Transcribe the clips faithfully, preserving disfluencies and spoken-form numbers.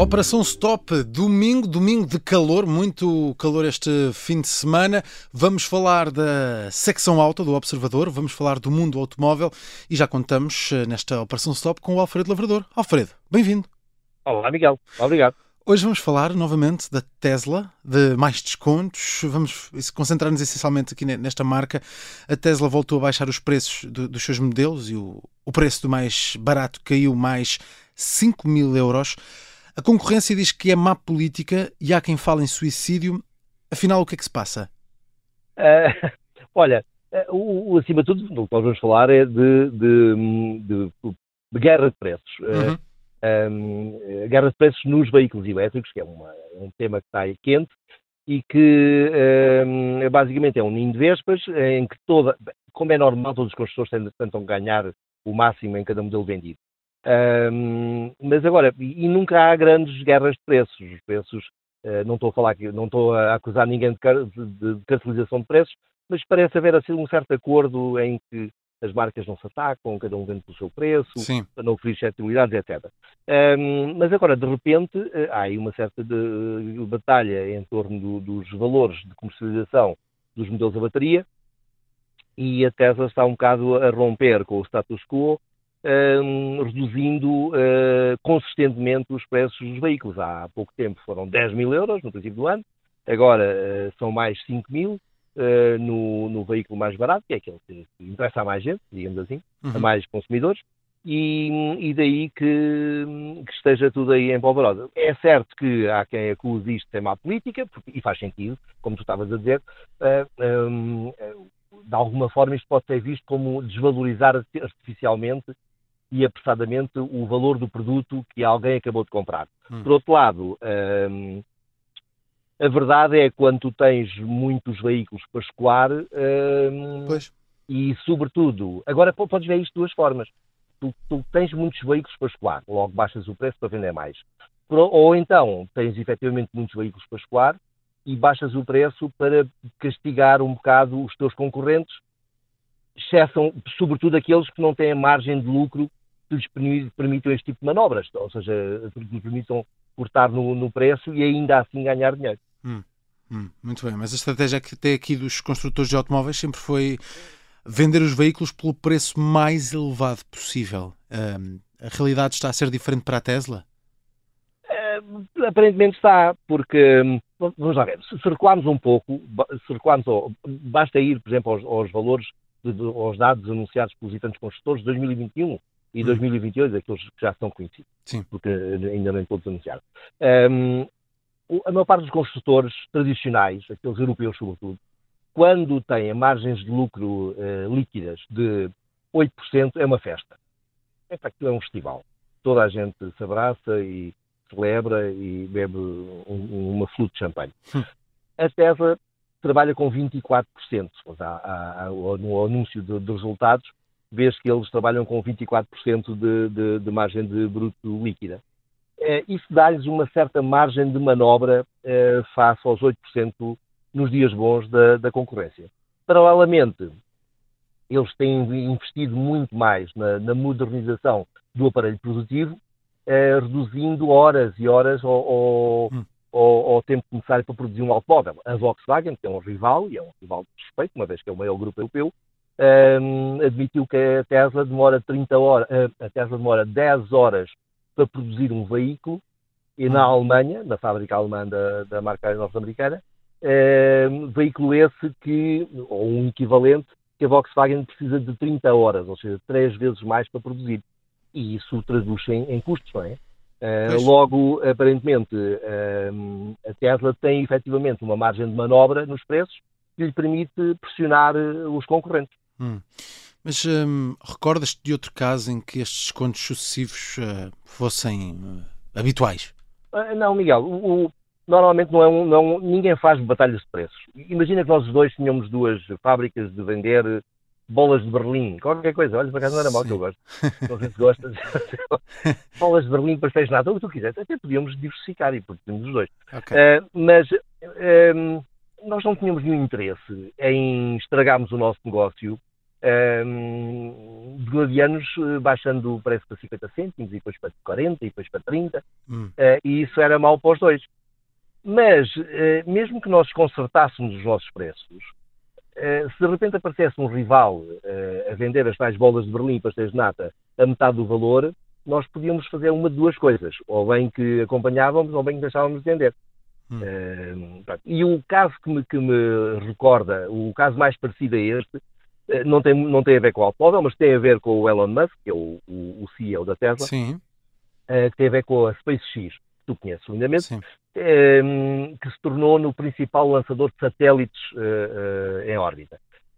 Operação Stop, domingo, domingo de calor, muito calor este fim de semana. Vamos falar da secção alta do Observador, vamos falar do mundo automóvel e já contamos nesta Operação Stop com o Alfredo Lavrador. Alfredo, bem-vindo. Olá, Miguel. Obrigado. Hoje vamos falar novamente da Tesla, de mais descontos. Vamos concentrar-nos essencialmente aqui nesta marca. A Tesla voltou a baixar os preços do, dos seus modelos e o, o preço do mais barato caiu mais cinco mil euros. A concorrência diz que é má política e há quem fale em suicídio. Afinal, o que é que se passa? Uh, olha, uh, o, o, acima de tudo, o que nós vamos falar é de, de, de, de guerra de preços. Uhum. Uh, um, guerra de preços nos veículos elétricos, que é uma, um tema que está aí quente e que um, basicamente é um ninho de vespas em que toda, como é normal, todos os construtores tentam ganhar o máximo em cada modelo vendido. Um, mas agora, e, e nunca há grandes guerras de preços. Os preços, uh, não estou a falar aqui, não estou a acusar ninguém de, car de, de cartelização de preços, mas parece haver assim um certo acordo em que as marcas não se atacam, cada um vende pelo seu preço, Sim, para não oferecer suscetibilidades, etcétera. Um, mas agora, de repente, uh, há aí uma certa de, de batalha em torno do, dos valores de comercialização dos modelos a bateria e a Tesla está um bocado a romper com o status quo, Um, reduzindo uh, consistentemente os preços dos veículos. Há pouco tempo foram dez mil euros no princípio do ano, agora uh, são mais cinco mil uh, no, no veículo mais barato, que é aquele que interessa a mais gente, digamos assim, uhum. a mais consumidores, e, e daí que, que esteja tudo aí em polvorosa. É certo que há quem acuse isto de ser má política, porque, e faz sentido, como tu estavas a dizer, uh, um, de alguma forma isto pode ser visto como desvalorizar artificialmente e apressadamente o valor do produto que alguém acabou de comprar. Hum. Por outro lado, hum, a verdade é que quando tu tens muitos veículos para escoar, hum, e sobretudo, agora podes ver isto de duas formas. Tu, tu tens muitos veículos para escoar, logo baixas o preço para vender mais. Ou então tens efetivamente muitos veículos para escoar e baixas o preço para castigar um bocado os teus concorrentes, exceção, sobretudo aqueles que não têm margem de lucro que lhes permitam este tipo de manobras, ou seja, que lhes permitam cortar no, no preço e ainda assim ganhar dinheiro. Hum, hum, muito bem, mas a estratégia que tem aqui dos construtores de automóveis sempre foi vender os veículos pelo preço mais elevado possível. Um, a realidade está a ser diferente para a Tesla? Uh, aparentemente está, porque, vamos lá ver, se recuarmos um pouco, se recuarmos, basta ir, por exemplo, aos, aos valores, de, de, aos dados anunciados pelos diferentes construtores de dois mil e vinte e um e dois mil e vinte e dois, aqueles que já são conhecidos, Sim. Porque ainda nem todos anunciaram. Um, a maior parte dos construtores tradicionais, aqueles europeus sobretudo, quando têm margens de lucro uh, líquidas de oito por cento, é uma festa. É, facto, é um festival. Toda a gente se abraça e celebra e bebe um, uma flute de champanhe. Hum. A Tesla trabalha com vinte e quatro por cento. Há, há, há, no anúncio de, de resultados, vês que eles trabalham com vinte e quatro por cento de, de, de margem de bruto líquida. Eh, isso dá-lhes uma certa margem de manobra eh, face aos oito por cento nos dias bons da, da concorrência. Paralelamente, eles têm investido muito mais na, na modernização do aparelho produtivo, eh, reduzindo horas e horas ao, ao, hum. ao, ao tempo necessário para produzir um automóvel. A Volkswagen, que é um rival, e é um rival de respeito, uma vez que é o maior grupo europeu, Um, admitiu que a Tesla demora trinta horas, a Tesla demora dez horas para produzir um veículo e na Alemanha, na fábrica alemã da, da marca norte-americana, um, veículo esse que, ou um equivalente, que a Volkswagen precisa de trinta horas, ou seja, três vezes mais para produzir. E isso traduz em, em custos, não é? Uh, logo, aparentemente, um, a Tesla tem efetivamente uma margem de manobra nos preços que lhe permite pressionar os concorrentes. Hum. Mas hum, recordas-te de outro caso em que estes descontos sucessivos uh, fossem uh, habituais? Uh, não, Miguel, o, o, normalmente não é um, não, ninguém faz batalhas de preços. Imagina que nós os dois tínhamos duas fábricas de vender bolas de Berlim, qualquer coisa. Olha, por acaso não era mal que eu gosto. Não sei se gostas. Bolas de Berlim, pastéis de nata, o que tu quiseres. Até podíamos diversificar e porque temos os dois. Okay. Uh, mas um, nós não tínhamos nenhum interesse em estragarmos o nosso negócio um, degladianos baixando o preço para cinquenta cêntimos, e depois para quarenta, e depois para trinta, Hum. uh, e isso era mau para os dois. Mas, uh, mesmo que nós consertássemos os nossos preços, uh, se de repente aparecesse um rival uh, a vender as tais bolas de Berlim, pastéis de nata, a metade do valor, nós podíamos fazer uma de duas coisas, ou bem que acompanhávamos, ou bem que deixávamos de vender. Hum. Uh, e o caso que me, que me recorda, o caso mais parecido a este, uh, não, tem, não tem a ver com o automóvel, mas tem a ver com o Elon Musk, que é o, o, o C E O da Tesla. Sim. Uh, que tem a ver com a SpaceX, que tu conheces lindamente, Sim. Uh, que se tornou no principal lançador de satélites uh, uh, em órbita.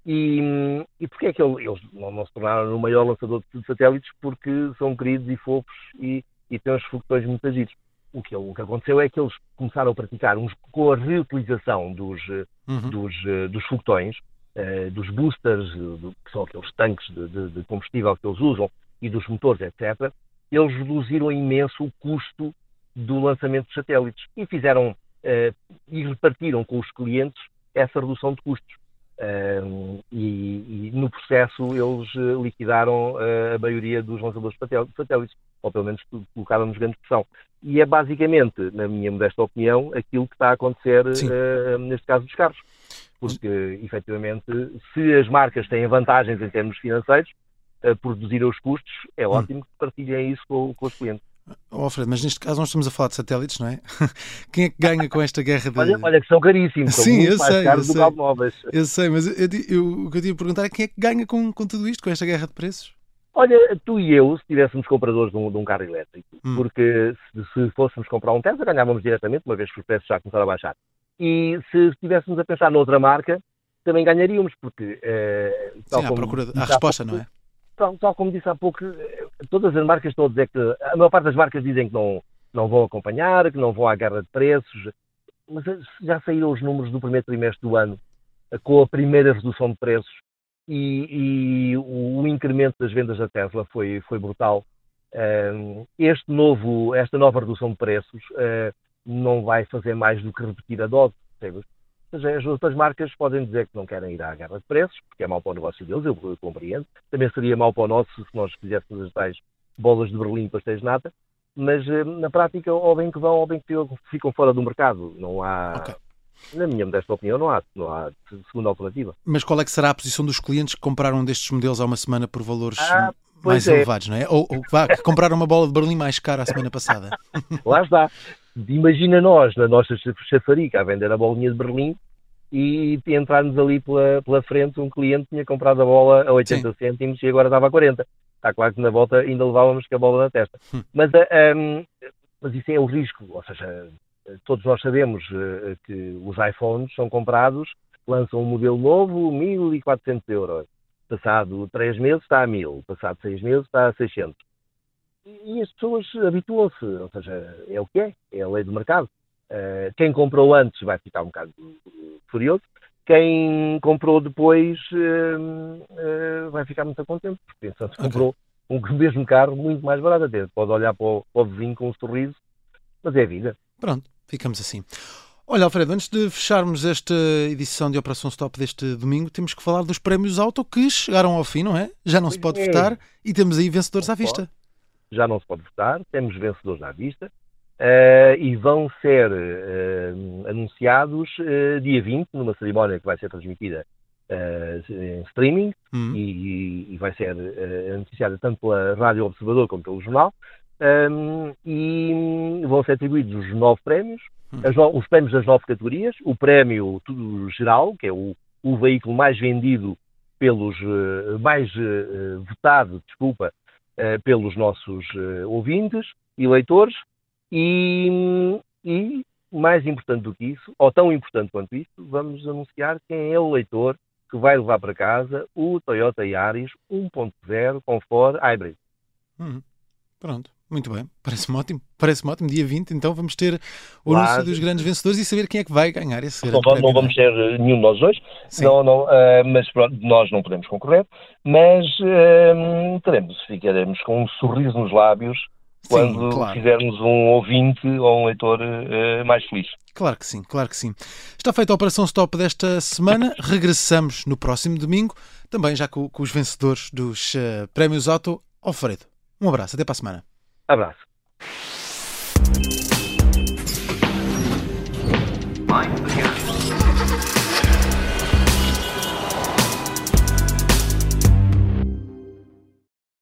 E, e porquê é que eles não, não se tornaram no maior lançador de satélites? Porque são queridos e fofos e, e têm uns foguetões muito agidos. O que, o que aconteceu é que eles começaram a praticar uns, com a reutilização dos, uhum. dos, dos foguetões, uh, dos boosters, do, que são aqueles tanques de, de, de combustível que eles usam, e dos motores, etcétera, eles reduziram imenso o custo do lançamento dos satélites e fizeram uh, e repartiram com os clientes essa redução de custos. Uh, e, e no processo eles uh, liquidaram uh, a maioria dos lançadores de satélites, ou pelo menos colocávamos grande pressão. E é basicamente, na minha modesta opinião, aquilo que está a acontecer uh, neste caso dos carros. Porque, efetivamente, se as marcas têm vantagens em termos financeiros, uh, por reduzir os custos, é ótimo hum. que partilhem isso com, com os clientes. Oh, Alfredo, mas neste caso nós estamos a falar de satélites, não é? Quem é que ganha com esta guerra de... Olha, olha que são caríssimos, são Sim, muito eu mais sei, caros eu do que sei. automóveis. Eu sei, mas eu, eu, o que eu tinha a perguntar é quem é que ganha com, com tudo isto, com esta guerra de preços? Olha, tu e eu, se tivéssemos compradores de um, de um carro elétrico, hum. porque se, se fôssemos comprar um Tesla, ganhávamos diretamente, uma vez que os preços já começaram a baixar. E se estivéssemos a pensar noutra marca, também ganharíamos, porque... Eh, Sim, há, procura, há resposta, pouco, não é? Tal, tal como disse há pouco, todas as marcas estão a dizer que... A maior parte das marcas dizem que não, não vão acompanhar, que não vão à guerra de preços, mas já saíram os números do primeiro trimestre do ano, com a primeira redução de preços, e, e o, o incremento das vendas da Tesla foi, foi brutal. Um, este novo, esta nova redução de preços uh, não vai fazer mais do que repetir a dose, sabe? Ou seja, as outras marcas podem dizer que não querem ir à guerra de preços, porque é mau para o negócio deles, eu, eu compreendo. Também seria mau para o nosso se nós fizéssemos as tais bolas de Berlim e pastéis de nata, mas na prática, ou bem que vão, ou bem que ficam fora do mercado. Não há, okay. Na minha modesta opinião, não há, não há segunda alternativa. Mas qual é que será a posição dos clientes que compraram destes modelos há uma semana por valores ah, mais é. elevados, não é? Ou, ou vá, que compraram uma bola de Berlim mais cara a semana passada? Lá está. Imagina nós, na nossa chafarica, a vender a bolinha de Berlim, e entrarmos ali pela, pela frente, um cliente tinha comprado a bola a oitenta cêntimos e agora estava a quarenta. Está claro que na volta ainda levávamos com a bola na testa. Hum. Mas, um, mas isso é o risco. Ou seja, todos nós sabemos uh, que os iPhones são comprados, lançam um modelo novo, mil e quatrocentos euros. Passado três meses está a mil, passado seis meses está a seiscentos. E as pessoas habituam-se. Ou seja, é o que é. É a lei do mercado. Uh, quem comprou antes vai ficar um bocado furioso, quem comprou depois uh, uh, vai ficar muito contente, porque pensando que okay. comprou um mesmo carro muito mais barato, até pode olhar para o, para o vizinho com um sorriso, mas é a vida. Pronto, ficamos assim. Olha, Alfredo, antes de fecharmos esta edição de Operação Stop deste domingo, temos que falar dos prémios Auto que chegaram ao fim, não é? Já não pois se pode é. votar e temos aí vencedores não à vista. Pode. Já não se pode votar, temos vencedores à vista. Uh, e vão ser uh, anunciados uh, dia vinte, numa cerimónia que vai ser transmitida uh, em streaming uhum. e, e vai ser uh, anunciada tanto pela Rádio Observador como pelo jornal, um, e vão ser atribuídos os nove prémios, uhum. as no, os prémios das nove categorias, o prémio tudo geral, que é o, o veículo mais vendido pelos, uh, mais uh, votado, desculpa, uh, pelos nossos uh, ouvintes e leitores. E, e, mais importante do que isso, ou tão importante quanto isso, vamos anunciar quem é o leitor que vai levar para casa o Toyota Yaris um ponto zero Comfort Hybrid. Hum, pronto, muito bem. Parece-me ótimo. Parece-me ótimo. Dia vinte, então vamos ter o Lá, anúncio dos grandes vencedores e saber quem é que vai ganhar esse grande prémio. Não vamos ter nenhum de nós dois, não, não, uh, mas pronto, nós não podemos concorrer, mas uh, teremos, ficaremos com um sorriso nos lábios quando sim, claro. fizermos um ouvinte ou um leitor uh, mais feliz. Claro que sim, claro que sim. Está feita a Operação Stop desta semana. Regressamos no próximo domingo, também já com, com os vencedores dos uh, Prémios Otto. Alfredo, um abraço, até para a semana. Abraço.